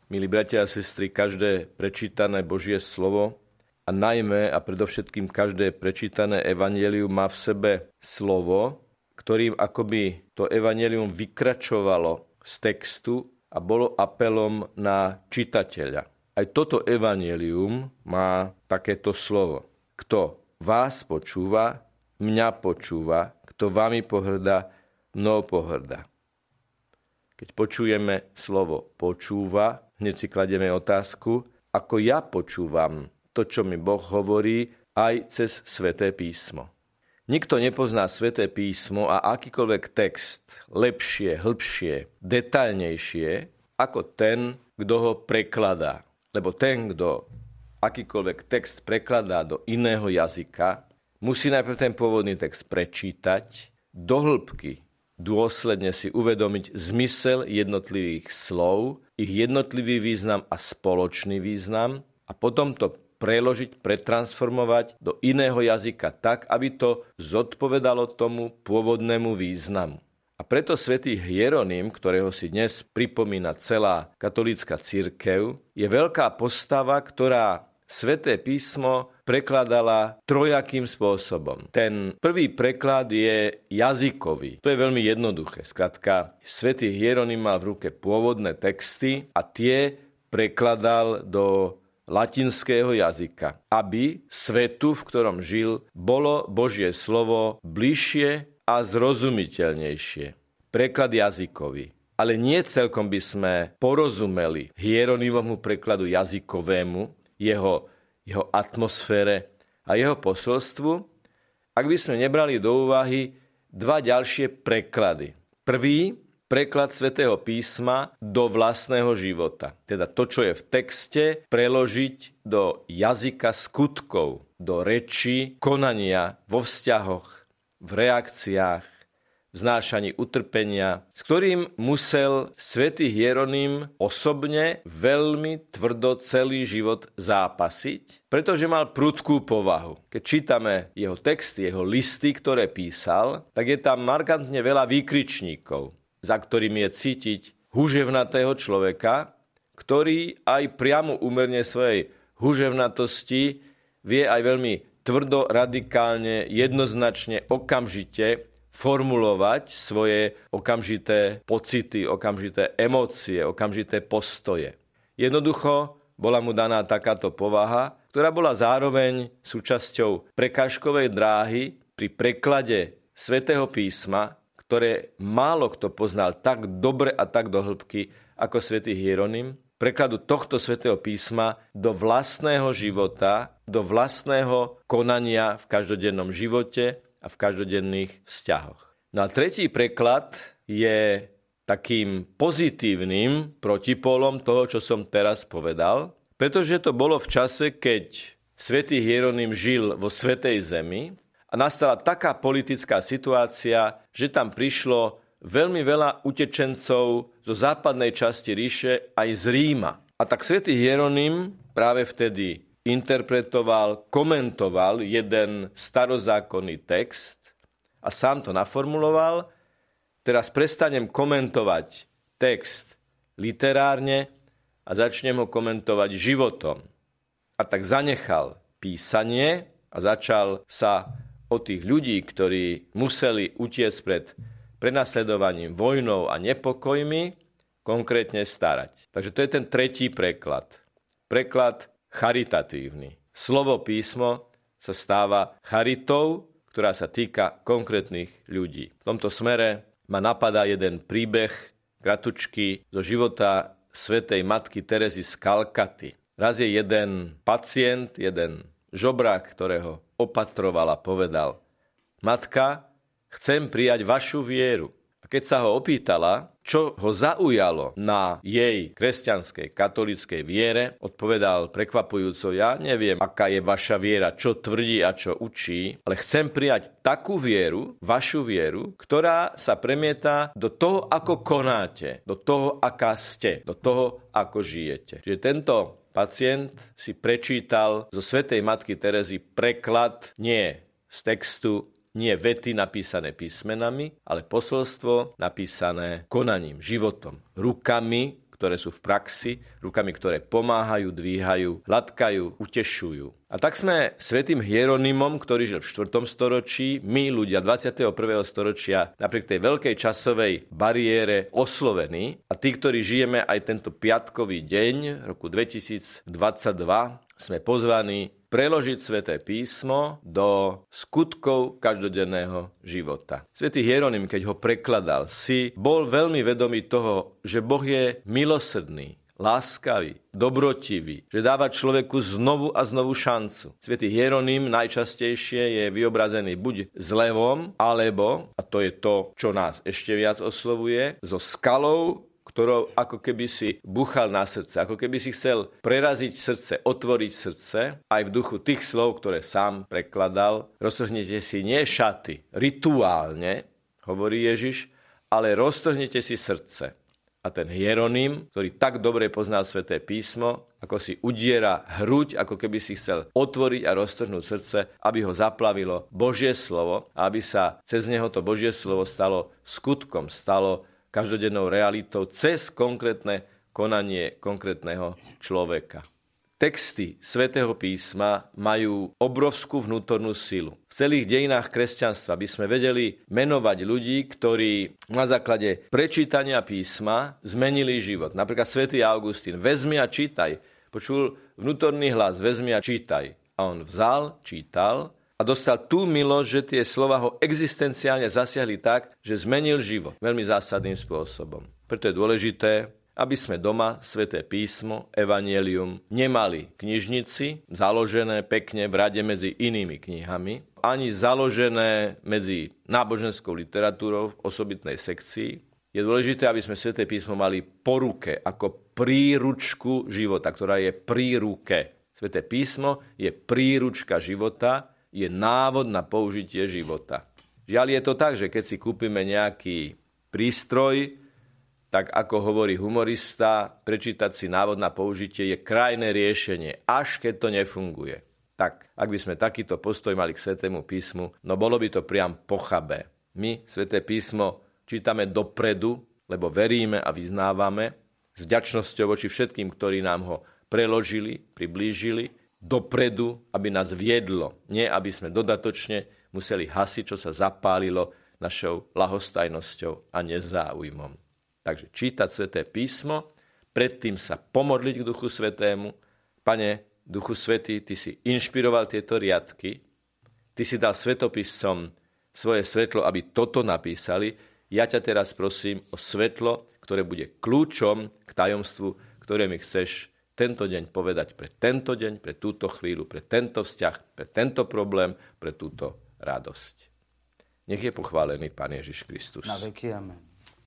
Milí bratia a sestry, každé prečítané Božie slovo a najmä a predovšetkým každé prečítané evanjelium má v sebe slovo, ktorým akoby to evanjelium vykračovalo z textu a bolo apelom na čitateľa. Aj toto evanjelium má takéto slovo. Kto vás počúva, mňa počúva, kto vami pohŕda, mnou pohŕda. Keď počujeme slovo počúva, hneď si kladieme otázku, ako ja počúvam to, čo mi Boh hovorí, aj cez Sväté písmo. Nikto nepozná Sväté písmo a akýkoľvek text lepšie, hĺbšie, detailnejšie ako ten, kto ho prekladá. Lebo ten, kto akýkoľvek text prekladá do iného jazyka, musí najprv ten pôvodný text prečítať, do hĺbky dôsledne si uvedomiť zmysel jednotlivých slov, ich jednotlivý význam a spoločný význam a potom to preložiť, pretransformovať do iného jazyka tak, aby to zodpovedalo tomu pôvodnému významu. A preto svätý Hieronym, ktorého si dnes pripomína celá katolícka cirkev, je veľká postava, ktorá Sväté písmo prekladala trojakým spôsobom. Ten prvý preklad je jazykový. To je veľmi jednoduché. Skrátka, svätý Hieronym mal v ruke pôvodné texty a tie prekladal do latinského jazyka, aby svetu, v ktorom žil, bolo Božie slovo bližšie a zrozumiteľnejšie. Preklad jazykový. Ale nie celkom by sme porozumeli Hieronymovmu prekladu jazykovému, jeho atmosfére a jeho posolstvu, ak by sme nebrali do úvahy dva ďalšie preklady. Prvý, preklad Svätého písma do vlastného života. Teda to, čo je v texte, preložiť do jazyka skutkov, do reči, konania, vo vzťahoch, v reakciách, v znášaní utrpenia, s ktorým musel svätý Hieronym osobne veľmi tvrdo celý život zápasiť, pretože mal prudkú povahu. Keď čítame jeho texty, jeho listy, ktoré písal, tak je tam markantne veľa výkričníkov, za ktorým je cítiť huževnatého človeka, ktorý aj priamo úmerne svojej huževnatosti vie aj veľmi tvrdo, radikálne, jednoznačne, okamžite formulovať svoje okamžité pocity, okamžité emócie, okamžité postoje. Jednoducho bola mu daná takáto povaha, ktorá bola zároveň súčasťou prekážkovej dráhy pri preklade Svätého písma, ktoré málo kto poznal tak dobre a tak do hĺbky ako svätý Hieronym, prekladu tohto Svätého písma do vlastného života, do vlastného konania v každodennom živote a v každodenných vzťahoch. No a tretí preklad je takým pozitívnym protipólom toho, čo som teraz povedal, pretože to bolo v čase, keď svätý Hieronym žil vo Svätej zemi a nastala taká politická situácia, že tam prišlo veľmi veľa utečencov zo západnej časti ríše aj z Ríma. A tak svätý Hieronym práve vtedy interpretoval, komentoval jeden starozákonný text a sám to naformuloval. Teraz prestanem komentovať text literárne a začnem ho komentovať životom. A tak zanechal písanie a začal sa o tých ľudí, ktorí museli utiecť pred prenasledovaním, vojnou a nepokojmi, konkrétne starať. Takže to je ten tretí preklad. Preklad charitatívny. Slovo písmo sa stáva charitou, ktorá sa týka konkrétnych ľudí. V tomto smere ma napadá jeden príbeh kratučky zo života svätej matky Terezy z Kalkaty. Raz je jeden pacient, jeden žobrák, ktorého opatroval a povedal: Matka, chcem prijať vašu vieru. A keď sa ho opýtala, čo ho zaujalo na jej kresťanskej, katolíckej viere, odpovedal prekvapujúco: ja neviem, aká je vaša viera, čo tvrdí a čo učí, ale chcem prijať takú vieru, vašu vieru, ktorá sa premieta do toho, ako konáte, do toho, aká ste, do toho, ako žijete. Čiže tento pacient si prečítal zo svätej matky Terezy preklad nie z textu, nie vety napísané písmenami, ale posolstvo napísané konaním, životom, rukami, ktoré sú v praxi, rukami, ktoré pomáhajú, dvíhajú, hladkajú, utešujú. A tak sme svätým Hieronymom, ktorý žil v 4. storočí, my ľudia 21. storočia, napriek tej veľkej časovej bariére oslovení. A tí, ktorí žijeme aj tento piatkový deň roku 2022, sme pozvaní preložiť Sväté písmo do skutkov každodenného života. Svätý Hieronym, keď ho prekladal, bol veľmi vedomý toho, že Boh je milosrdný, láskavý, dobrotivý, že dáva človeku znovu a znovu šancu. Svätý Hieronym najčastejšie je vyobrazený buď s levom, alebo, a to je to, čo nás ešte viac oslovuje, so skalou, ktorou ako keby si buchal na srdce, ako keby si chcel preraziť srdce, otvoriť srdce, aj v duchu tých slov, ktoré sám prekladal. Roztrhnete si nie šaty, rituálne, hovorí Ježiš, ale roztrhnete si srdce. A ten Hieronym, ktorý tak dobre poznal Sväté písmo, ako si udiera hruď, ako keby si chcel otvoriť a roztrhnúť srdce, aby ho zaplavilo Božie slovo a aby sa cez neho to Božie slovo stalo skutkom, stalo každodennou realitou cez konkrétne konanie konkrétneho človeka. Texty Svätého písma majú obrovskú vnútornú silu. V celých dejinách kresťanstva by sme vedeli menovať ľudí, ktorí na základe prečítania písma zmenili život. Napríklad svätý Augustín, vezmi a čítaj. Počul vnútorný hlas, vezmi a čítaj. A on vzal, čítal a dostal tú milosť, že tie slova ho existenciálne zasiahli tak, že zmenil život veľmi zásadným spôsobom. Preto je dôležité, aby sme doma Sväté písmo, evanjelium nemali knižnici, založené pekne v rade medzi inými knihami, ani založené medzi náboženskou literatúrou v osobitnej sekcii. Je dôležité, aby sme Sväté písmo mali po ruke, ako príručku života, ktorá je pri ruke. Sväté písmo je príručka života, je návod na použitie života. Žiaľ je to tak, že keď si kúpime nejaký prístroj, tak ako hovorí humorista, prečítať si návod na použitie je krajné riešenie, až keď to nefunguje. Tak, ak by sme takýto postoj mali k Svätému písmu, no bolo by to priam pochabé. My Sväté písmo čítame dopredu, lebo veríme a vyznávame s vďačnosťou voči všetkým, ktorí nám ho preložili, priblížili, dopredu, aby nás viedlo. Nie, aby sme dodatočne museli hasiť, čo sa zapálilo našou ľahostajnosťou a nezáujmom. Takže čítať Sväté písmo, predtým sa pomodliť k Duchu Svätému. Pane, Duchu Svätý, Ty si inšpiroval tieto riadky, Ty si dal svetopiscom svoje svetlo, aby toto napísali. Ja ťa teraz prosím o svetlo, ktoré bude kľúčom k tajomstvu, ktoré mi chceš tento deň povedať pre tento deň, pre túto chvíľu, pre tento vzťah, pre tento problém, pre túto radosť. Nech je pochválený Pán Ježiš Kristus. Na veky amen.